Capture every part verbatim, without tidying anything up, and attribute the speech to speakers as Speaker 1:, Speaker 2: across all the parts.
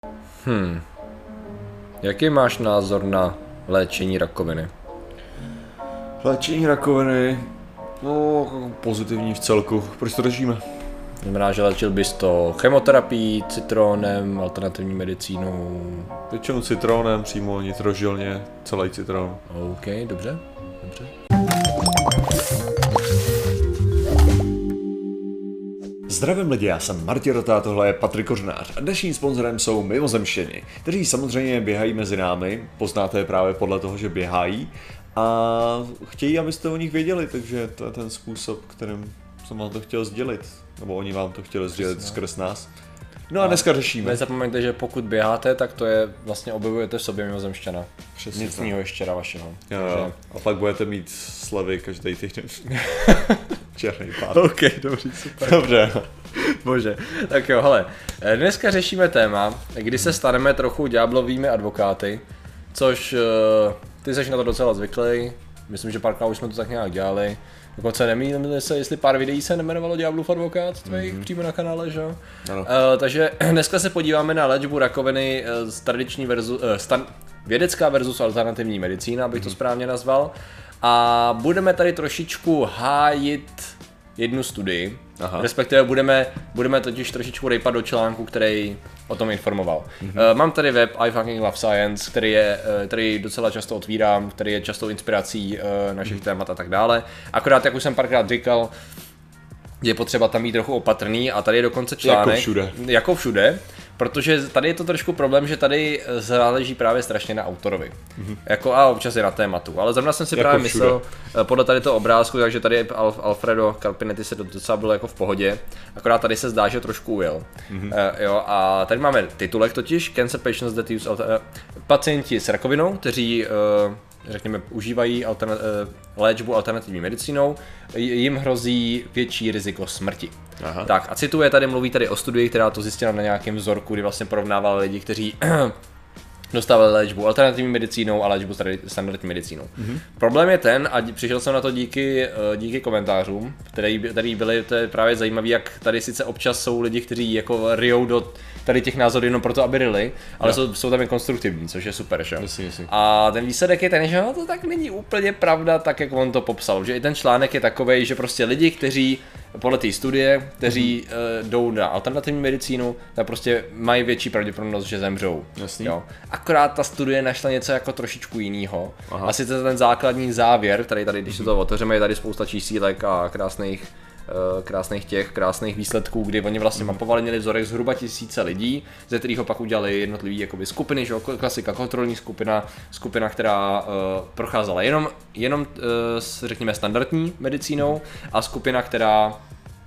Speaker 1: Hmm. Jaký máš názor na léčení rakoviny?
Speaker 2: Léčení rakoviny, no pozitivní v celku. Proč to držíme?
Speaker 1: Znamená, že léčil bys to chemoterapií, citronem, alternativní medicínou?
Speaker 2: Většinou citronem, přímo nitrožilně, celý citron.
Speaker 1: OK, dobře, dobře.
Speaker 2: Zdravím lidi, já jsem Martin Rota, tohle je Patrik Kořenář a dnešním sponzorem jsou mimozemštěni, kteří samozřejmě běhají mezi námi, poznáte je právě podle toho, že běhají a chtějí, abyste o nich věděli, takže to je ten způsob, kterým jsem vám to chtěl sdělit, nebo oni vám to chtěli sdělit skrz nás. No a dneska řešíme.
Speaker 1: Nezapomeňte, že pokud běháte, tak to je vlastně objevujete v sobě mimozemšťana.
Speaker 2: Přesně
Speaker 1: Nicního ještěra vašeho.
Speaker 2: Jo, jo. A pak budete mít slevy každý týden. Černý pád.
Speaker 1: OK, dobrý, super.
Speaker 2: Dobře.
Speaker 1: Bože, tak jo, hele, dneska řešíme téma, kdy se staneme trochu ďáblovými advokáty, což uh, ty jsi na to docela zvyklý, myslím, že párkrát už jsme to tak nějak dělali, dokonce nemýlím se, jestli pár videí se nejmenovalo Ďáblův advokát tvých mm-hmm. přímo na kanále, že jo? Uh, takže dneska se podíváme na léčbu rakoviny z tradiční versus, uh, stan, vědecká versus alternativní medicína, abych mm-hmm. to správně nazval, a budeme tady trošičku hájit jednu studii. Aha. Respektive budeme, budeme totiž trošičku rejpat do článku, který o tom informoval. Mm-hmm. Uh, mám tady web I fucking love science, který, je, uh, který docela často otvírám, který je častou inspirací uh, našich mm-hmm. témat a tak dále. Akorát, jak už jsem párkrát říkal, je potřeba tam být trochu opatrný a tady je dokonce článek.
Speaker 2: Jako všude.
Speaker 1: Jako všude. Protože tady je to trošku problém, že tady záleží právě strašně na autorovi. Mm-hmm. Jako a občas i na tématu. Ale zrovna jsem si jako právě všude. myslel, podle tady toho obrázku, takže tady Al- Alfredo Carpinetti se docela byl jako v pohodě. Akorát tady se zdá, že trošku ujel. Mm-hmm. Uh, jo, a tady máme titulek totiž, Cancer Patients that use alter- uh, pacienti s rakovinou, kteří uh, řekněme, užívají alterna- léčbu alternativní medicínou, jim hrozí větší riziko smrti. Aha. Tak a cituje tady, mluví tady o studii, která to zjistila na nějakém vzorku, kdy vlastně porovnávala lidi, kteří dostávali léčbu alternativní medicínou a léčbu standardní medicínou. Mm-hmm. Problém je ten, a přišel jsem na to díky, díky komentářům, který, který byly, to je právě zajímavé, jak tady sice občas jsou lidi, kteří jako ryjou do tady těch názorů jenom proto, aby ryli, ale jsou, jsou tam i konstruktivní, což je super, že?
Speaker 2: Jasně, jasně.
Speaker 1: A ten výsledek je ten, že no, to tak není úplně pravda, tak jak on to popsal, že i ten článek je takovej, že prostě lidi, kteří podle té studie, kteří mm-hmm. uh, jdou na alternativní medicínu, tak prostě mají větší pravděpodobnost, že zemřou.
Speaker 2: Jasný.
Speaker 1: Jo. Akorát ta studie našla něco jako trošičku jinýho. A sice ten základní závěr, který tady, když mm-hmm. se to otevřeme, je tady spousta čísílek a krásných krásných těch, krásných výsledků, kdy oni vlastně mapovali, měli vzorek zhruba tisíce lidí, ze kterých pak udělali jednotlivý jakoby skupiny, že? Klasika, kontrolní skupina, skupina, která uh, procházela jenom, jenom uh, s, řekněme, standardní medicínou a skupina, která uh,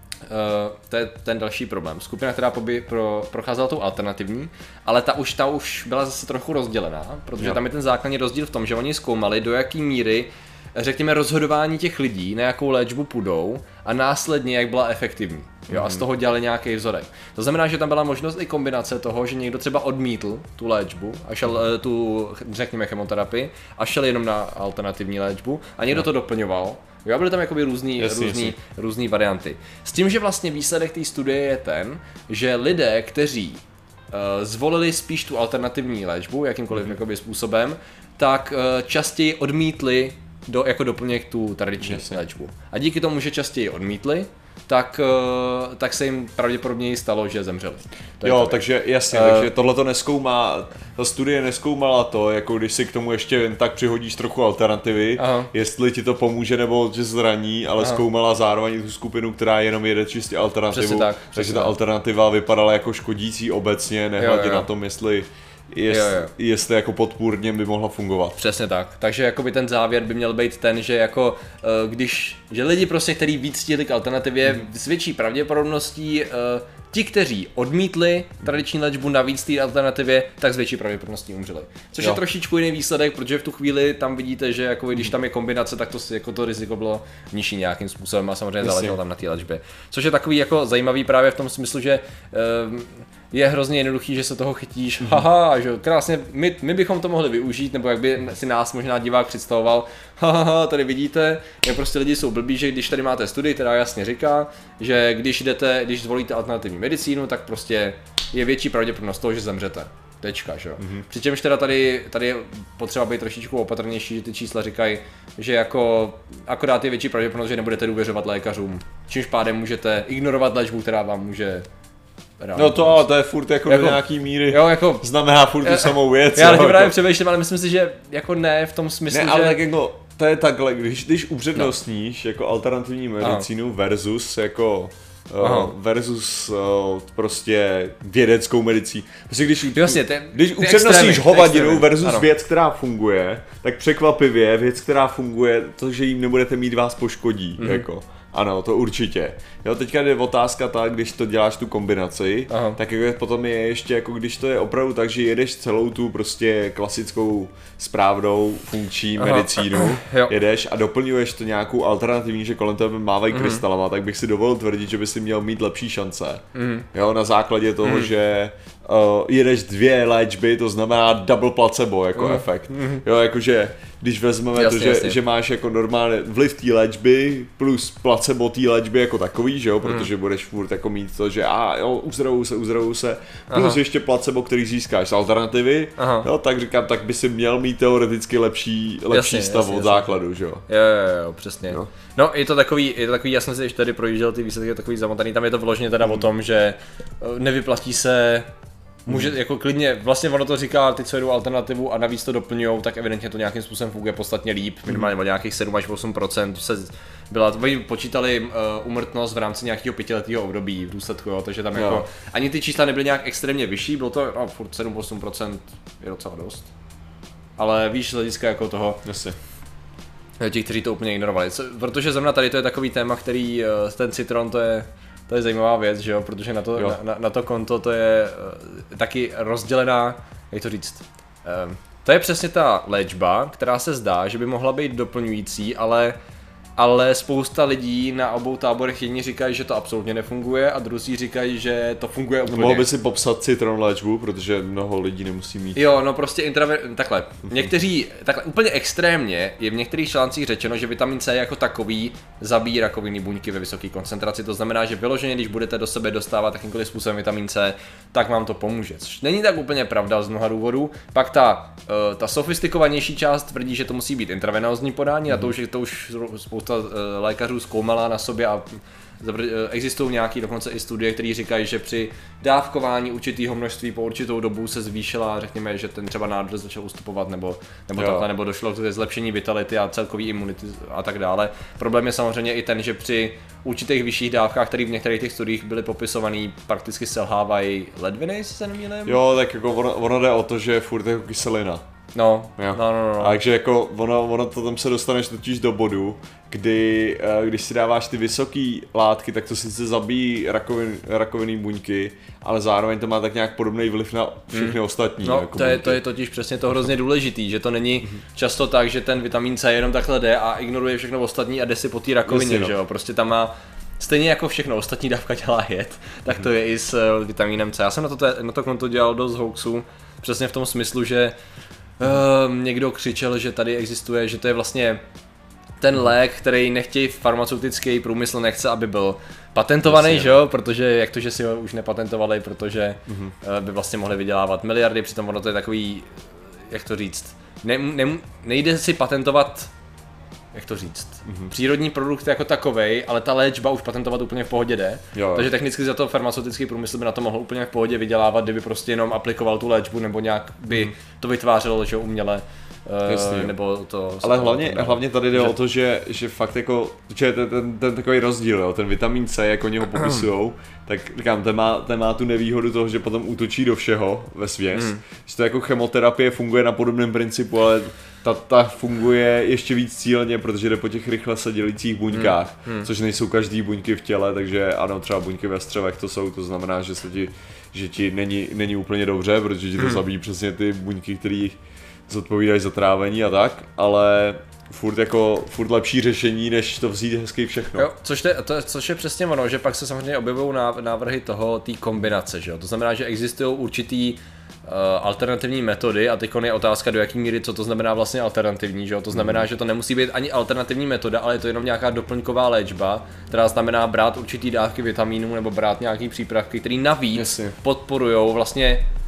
Speaker 1: to je ten další problém. Skupina, která poby, pro, procházela tou alternativní, ale ta už, ta už byla zase trochu rozdělená, protože jo. tam je ten základní rozdíl v tom, že oni zkoumali, do jaký míry řekněme rozhodování těch lidí, na jakou léčbu půjdou a následně jak byla efektivní. Jo, mm. a z toho dělali nějaký vzorek. To znamená, že tam byla možnost i kombinace toho, že někdo třeba odmítl tu léčbu a šel mm. tu, řekněme, chemoterapii a šel jenom na alternativní léčbu a někdo no. to doplňoval. Jo, byly tam jakoby různý, jasný, různý, jasný. různý varianty. S tím, že vlastně výsledek té studie je ten, že lidé, kteří uh, zvolili spíš tu alternativní léčbu, jakýmkoliv mm. jakoby způsobem, tak uh, častěji odmítli do, jako doplněk tu tradiční Jasně. léčbu. A díky tomu, že častěji odmítli, tak, tak se jim pravděpodobně stalo, že zemřeli. To
Speaker 2: jo, to takže jasně, uh, takže tohle to neskoumá, ta studie neskoumala to, jako když si k tomu ještě jen tak přihodíš trochu alternativy, aha. jestli ti to pomůže nebo že zraní, ale aha. zkoumala zároveň tu skupinu, která jenom jede čistě alternativu, tak, takže ta tak. alternativa vypadala jako škodící obecně, nehledě na tom, jestli Jest, jo, jo. jestli jako podpůrně by mohla fungovat.
Speaker 1: Přesně tak. Takže jakoby ten závěr by měl být ten, že jako když, že lidi prostě, kteří víc chtěli k alternativě, mm. s větší pravděpodobností ti, kteří odmítli tradiční léčbu navíc té alternativě, tak s větší pravděpodobností umřeli. Což jo. je trošičku jiný výsledek, protože v tu chvíli tam vidíte, že jako když tam je kombinace, tak to jako to riziko bylo nižší nějakým způsobem a samozřejmě záleželo tam na té léčbě. Což je takový jako zajímavý právě v tom smyslu, že um, je hrozně jednoduchý, že se toho chytíš, mm. haha, že krásně, my, my bychom to mohli využít, nebo jak by si nás možná divák představoval, haha, tady vidíte, jak prostě lidi jsou blbí, že když tady máte studii, která jasně říká, že když jdete, když zvolíte alternativní medicínu, tak prostě je větší pravděpodobnost toho, že zemřete. Tečka, že jo. Mm-hmm. Přičemž teda tady, tady je potřeba být trošičku opatrnější, že ty čísla říkají, že jako akorát je větší pravděpodobnost, že nebudete důvěřovat lékařům. Čímž pádem můžete ignorovat léčbu, která vám může...
Speaker 2: No to ale to je furt jako, jako do nějaký míry,
Speaker 1: jo, jako,
Speaker 2: znamená furt tu samou věc.
Speaker 1: Já taky právě přemýšlím, ale myslím si, že jako ne v tom smyslu,
Speaker 2: ne,
Speaker 1: že...
Speaker 2: ale tak jako, to je takhle, když, když upřednostníš no. jako alternativní medicínu Aha. versus jako... Aha. versus uh, prostě vědeckou medicínu. Prostě když,
Speaker 1: Jasně, ty,
Speaker 2: když ty upřednostníš extrémy, hovadinu extrémy. versus ano. věc, která funguje, tak překvapivě věc, která funguje, to, že jim nebudete mít, vás poškodí. Mm-hmm. Jako. Ano, to určitě. Jo, teďka je otázka ta, když to děláš tu kombinaci, Aha. tak jako potom je ještě jako když to je opravdu tak, že jedeš celou tu prostě klasickou správnou funkční Aha. medicínu, jedeš a doplňuješ to nějakou alternativní, že kolem tebe mávají mm. krystalama, tak bych si dovolil tvrdit, že by si měl mít lepší šance. Mm. Jo, na základě toho, mm. že uh, jedeš dvě léčby, to znamená double placebo jako mm. efekt. Mm. Jo, jakože když vezmeme jasně, to, že, jasně. že máš jako normálně vliv té léčby plus placebo té léčby jako takový, že jo, protože mm. budeš furt jako mít to, že a jo, uzdravuju se, uzdravuju se, plus Aha. ještě placebo, který získáš z alternativy, Aha. jo, tak říkám, tak by si měl mít teoreticky lepší, lepší jasně, stav jasně, od jasně. základu, že jo.
Speaker 1: Jo, jo, jo, přesně. No. no, je to takový, je to takový, já jsem si ještě tady projížděl ty výsledky, je takový zamotaný, tam je to vloženě teda mm. o tom, že nevyplatí se Může jako klidně, vlastně ono to říká, ty co jedou alternativu a navíc to doplňujou, tak evidentně to nějakým způsobem funguje podstatně líp, minimálně o nějakých sedm až osm procent se byla, oni počítali uh, úmrtnost v rámci nějakého pětiletého období v důsledku, jo, takže tam jo. jako, ani ty čísla nebyly nějak extrémně vyšší, bylo to, no furt sedm až osm procent je docela dost, ale víš, z hlediska jako toho,
Speaker 2: Jasně.
Speaker 1: ti, kteří to úplně ignorovali, co, protože zrovna tady to je takový téma, který, uh, ten citron to je, to je zajímavá věc, že jo, protože na to, na, na, na to konto to je uh, taky rozdělená, jak to říct, um, to je přesně ta léčba, která se zdá, že by mohla být doplňující, ale ale spousta lidí na obou táborech jedni říkají, že to absolutně nefunguje a druzí říkají, že to funguje úplně.
Speaker 2: Mohl by si popsat citron léčbu, protože mnoho lidí nemusí mít.
Speaker 1: Jo, no prostě intraven... takhle, někteří, takhle úplně extrémně je v některých článcích řečeno, že vitamin C jako takový zabíjí rakovinné buňky ve vysoké koncentraci, to znamená, že vyloženě, když budete do sebe dostávat jakýmkoliv způsobem vitamin C, tak vám to pomůže. Což není tak úplně pravda z mnoha důvodů. Pak ta, uh, ta sofistikovanější část tvrdí, že to musí být intravenózní podání mm. a to už, to už spousta lékařů zkoumala na sobě a existují nějaké dokonce i studie, které říkají, že při dávkování určitého množství po určitou dobu se zvýšila, řekněme, že ten třeba nádor začal ustupovat nebo, nebo takhle, nebo došlo k zlepšení vitality a celkový imunity a tak dále. Problém je samozřejmě i ten, že při určitých vyšších dávkách, které v některých těch studiích byly popisovaný, prakticky selhávají ledviny, jestli se nemýlím.
Speaker 2: Jo, tak jako ono, ono jde o to, že je furt jako kyselina.
Speaker 1: No, no, no, no.
Speaker 2: Takže jako ono, ono to tam se dostaneš totiž do bodu, kdy když si dáváš ty vysoké látky, tak to sice zabíjí rakovin, rakovinné buňky, ale zároveň to má tak nějak podobný vliv na všechny hmm. ostatní.
Speaker 1: No,
Speaker 2: jako
Speaker 1: to, je, to je totiž přesně to hrozně důležitý, že to není často tak, že ten vitamin C jenom takhle jde a ignoruje všechno ostatní a jde si po té rakovině, Jasně, že jo, prostě tam má stejně jako všechno ostatní dávka dělá jed, tak to je i s uh, vitamínem C. Já jsem na to, na to konto dělal dost hoaxů, přesně v tom smyslu, že Uh, někdo křičel, že tady existuje, že to je vlastně ten lék, který nechtějí farmaceutický průmysl nechce, aby byl patentovaný, že jo, protože jak to, že si ho už nepatentovali, protože uh-huh. uh, by vlastně mohli vydělávat miliardy, přitom ono to je takový, jak to říct, ne, ne, nejde si patentovat, jak to říct, mm-hmm. přírodní produkt jako takovej, ale ta léčba už patentovat úplně v pohodě jde, jo. Takže technicky za to farmaceutický průmysl by na to mohl úplně v pohodě vydělávat, kdyby prostě jenom aplikoval tu léčbu nebo nějak by mm. to vytvářelo, že uměle, Jasný, uh, nebo to...
Speaker 2: Ale hlavně, to, hlavně tady jde že... o to, že, že fakt jako, že ten, ten, ten takový rozdíl, jo, ten vitamin C, jak oni ho popisujou, tak říkám, ten má, ten má tu nevýhodu toho, že potom útočí do všeho ve svěs, mm. že to jako chemoterapie funguje na podobném principu, ale ta, ta funguje ještě víc cíleně, protože jde po těch rychle se dělících buňkách, mm. Mm. což nejsou každý buňky v těle, takže ano, třeba buňky ve střevech to jsou, to znamená, že se ti, že ti není, není úplně dobře, protože ti to mm. zabíjí přesně ty buňky, které zodpovídají za trávení a tak, ale furt jako, furt lepší řešení, než to vzít hezky všechno.
Speaker 1: Jo, což, je, to, což je přesně ono, že pak se samozřejmě objevují návrhy toho, té kombinace, že jo, to znamená, že existují určitý uh, alternativní metody a teď je otázka, do jaký míry, co to znamená vlastně alternativní, že jo, to znamená, mm. že to nemusí být ani alternativní metoda, ale je to jenom nějaká doplňková léčba, která znamená brát určitý dávky vitamínů nebo brát nějaký přípravky, které navíc podporujou vlastně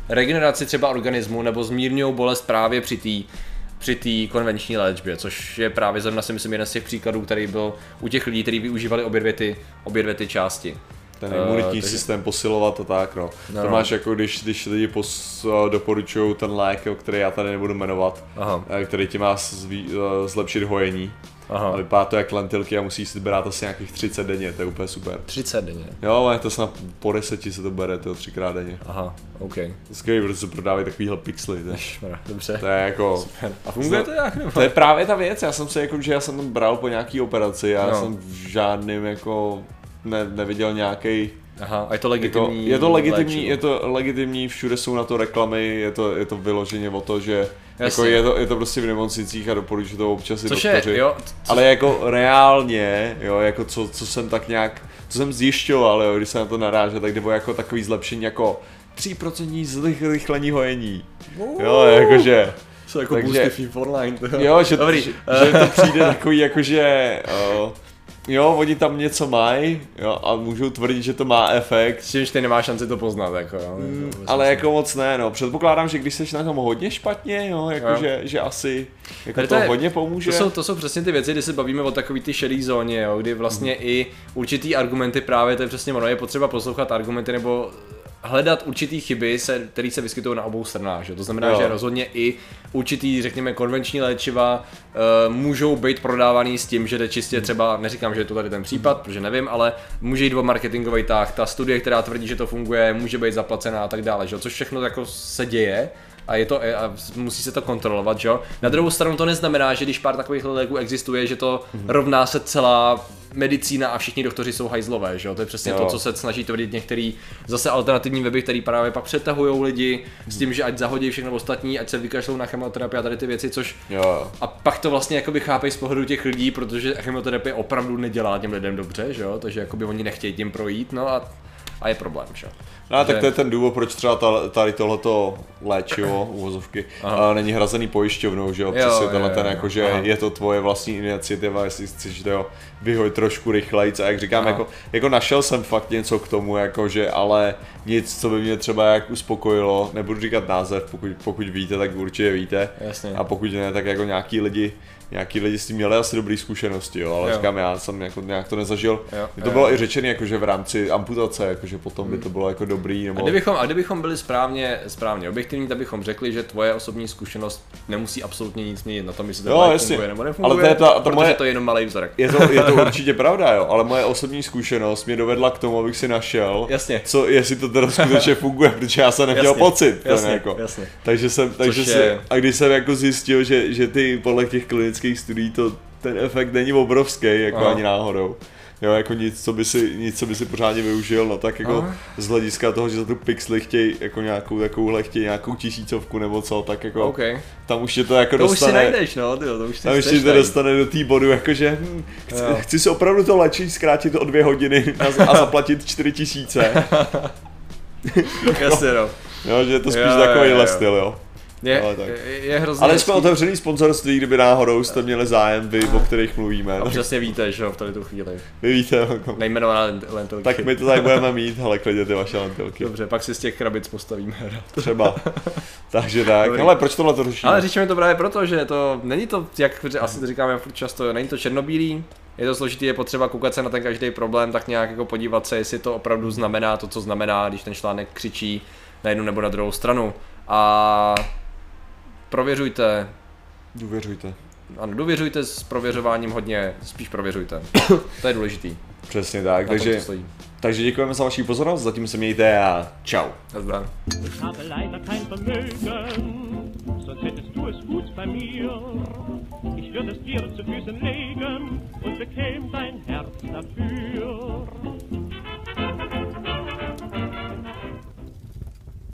Speaker 1: regeneraci třeba organismu nebo zmírňují bolest právě při té při té konvenční léčbě, což je právě zrovna si myslím jeden z těch příkladů, který byl u těch lidí, kteří využívali obě dvě ty, obě dvě ty části.
Speaker 2: Ten imunitní uh, takže... systém posilovat a tak, no. no. To máš jako když, když lidi pos, doporučují ten lék, který já tady nebudu jmenovat, Aha. který ti má zví, zlepšit hojení. Aha. A vypadá to jak lentilky a musíš si brát asi nějakých třicet denně, to je úplně super.
Speaker 1: třicet denně?
Speaker 2: Jo, ale to snad po deseti se to bere, to třikrát denně.
Speaker 1: Aha, ok.
Speaker 2: Skvělý, protože se prodávají takovýhle pixely.
Speaker 1: Dobře.
Speaker 2: To je jako...
Speaker 1: Super. A funguje to jak? Nebo?
Speaker 2: To je právě ta věc, já jsem se jako, že já jsem tam bral po nějaký operaci, já no. jsem v žádným jako ne, neviděl nějaký.
Speaker 1: Aha, a je to legitimní?
Speaker 2: Jako, je to legitimní, je to legitimní, všude jsou na to reklamy, je to, je to vyloženě o to, že jako je, to, je to prostě v nemocnicích a doporučuji to občas i doktoři. Je, jo, co... Ale jako reálně, jo, jako co, co jsem tak nějak, co jsem zjišťoval, jo, když jsem na to narážel, tak nebo jako takový zlepšení jako tři procenta zrychlení hojení, jo, jakože.
Speaker 1: Co jako boosty FIFA Online.
Speaker 2: Jo, že, že, že to přijde takový jakože, uh, jo, oni tam něco mají, jo, a můžou tvrdit, že to má efekt.
Speaker 1: S čímž ty nemá šanci to poznat, jako jo.
Speaker 2: Mm, ale jako moc ne, no. Předpokládám, že když jsi na tom hodně špatně, jo, jako jo. Že, že asi jako to, to je, hodně pomůže.
Speaker 1: To jsou, to jsou přesně ty věci, kdy se bavíme o takový ty šedý zóně, jo, kdy vlastně mm. i určitý argumenty právě, to je přesně ono, je potřeba poslouchat argumenty nebo hledat určitý chyby, které se vyskytují na obou stranách, že? To znamená, jo. že rozhodně i určitý, řekněme, konvenční léčiva uh, můžou být prodávaný s tím, že jde čistě třeba, neříkám, že je to tady ten případ, protože nevím, ale může jít o marketingový tah, ta studie, která tvrdí, že to funguje, může být zaplacená a tak dále, že? Což všechno jako se děje. A, je to, a musí se to kontrolovat, že jo? Na druhou stranu to neznamená, že když pár takových léků existuje, že to mm. rovná se celá medicína a všichni doktoři jsou hajzlové, že jo? To je přesně jo. to, co se snaží tvrdit některý zase alternativní weby, který právě pak přetahujou lidi mm. s tím, že ať zahodí všechno ostatní, ať se vykašlou na chemoterapii a tady ty věci, což
Speaker 2: jo.
Speaker 1: a pak to vlastně jakoby chápej z pohledu těch lidí, protože chemoterapie opravdu nedělá těm lidem dobře, že jo? Takže jakoby oni nechtějí tím projít, no a a je problém, že?
Speaker 2: No a tak to je ten důvod, proč třeba tady tohleto léčivo, uvozovky, není hrazený pojišťovnou, že jo? Přesně tenhle ten, jako, že je to tvoje vlastní iniciativa, jestli chceš to vyhoj trošku rychlejc a jak říkám, jako, jako našel jsem fakt něco k tomu, jako, že ale nic, co by mě třeba jak uspokojilo, nebudu říkat název, pokud, pokud víte, tak určitě víte.
Speaker 1: Jasně.
Speaker 2: A pokud ne, tak jako nějaký lidi Nějaký lidi s tím měli asi dobré zkušenosti, jo, ale jo. říkám, já jsem jako nějak to nezažil. Jo, to jo, bylo jo. i řečené, jakože v rámci amputace, jakože potom by to bylo jako dobrý. Nebo...
Speaker 1: A, kdybychom, a kdybychom byli správně, správně objektivní, tak bychom řekli, že tvoje osobní zkušenost nemusí absolutně nic měnit na tom, jestli to jo, funguje nebo nefunguje, ale to je ta, ta protože moje... to je jenom malý vzorek.
Speaker 2: Je to, je to určitě pravda, jo, ale moje osobní zkušenost mě dovedla k tomu, abych si našel,
Speaker 1: jasně.
Speaker 2: Co, jestli to teda skutečně funguje, protože já jsem neměl jasně. pocit.
Speaker 1: Jasně,
Speaker 2: jako.
Speaker 1: jasně.
Speaker 2: Takže jsem, takže je... se, a když jsem jako zjistil, že, že ty podle těch klinických studií to ten efekt není obrovský, jako Aha. ani náhodou. Jo, jako nic, co by si, nic, co by si pořádně využil, no tak jako Aha. z hlediska toho, že za tu pixely chtějí jako nějakou takovouhle, chtějí nějakou tisícovku nebo co, tak jako
Speaker 1: okay.
Speaker 2: tam už je to jako
Speaker 1: to
Speaker 2: dostane.
Speaker 1: To už si najdeš, no, tyjo, to už si
Speaker 2: tam už to dostane do té bodu, jakože hm, chci, chci si opravdu to léčit, zkrátit to o dvě hodiny a, a zaplatit čtyři tisíce.
Speaker 1: Jasně, no.
Speaker 2: Jo, že je to spíš jo, takovýhle styl, jo.
Speaker 1: Je, ale, tak. je, je hrozně
Speaker 2: ale jsme otevřený sponzorství, kdyby náhodou jste měli zájem, vy, o kterých mluvíme.
Speaker 1: A přesně víte, že jo, v tady tu chvíli.
Speaker 2: Vy víte. Jako...
Speaker 1: Nejmenované lentilky.
Speaker 2: Tak my to tady budeme mít, hele, klidně ty vaše lentilky.
Speaker 1: Dobře, pak si z těch krabic postavíme.
Speaker 2: Třeba. Takže tak, Dobrý. Ale proč tohle to řešíme?
Speaker 1: Ale řešíme to právě proto, že to, není to, jak asi to říkáme furt často, není to černobílý. Je to složitý, je potřeba koukat se na ten každý problém, tak nějak jako podívat se, jestli to opravdu znamená to, co znamená, když ten článek křičí na jednu nebo na druhou stranu. A prověřujte.
Speaker 2: Důvěřujte.
Speaker 1: Ano, důvěřujte s prověřováním hodně, spíš prověřujte. To je důležitý.
Speaker 2: Přesně tak, takže, takže děkujeme za vaši pozornost, zatím se mějte a čau.
Speaker 1: Nazdar. Ich würde es dir zu Füßen legen und bekäme dein Herz dafür.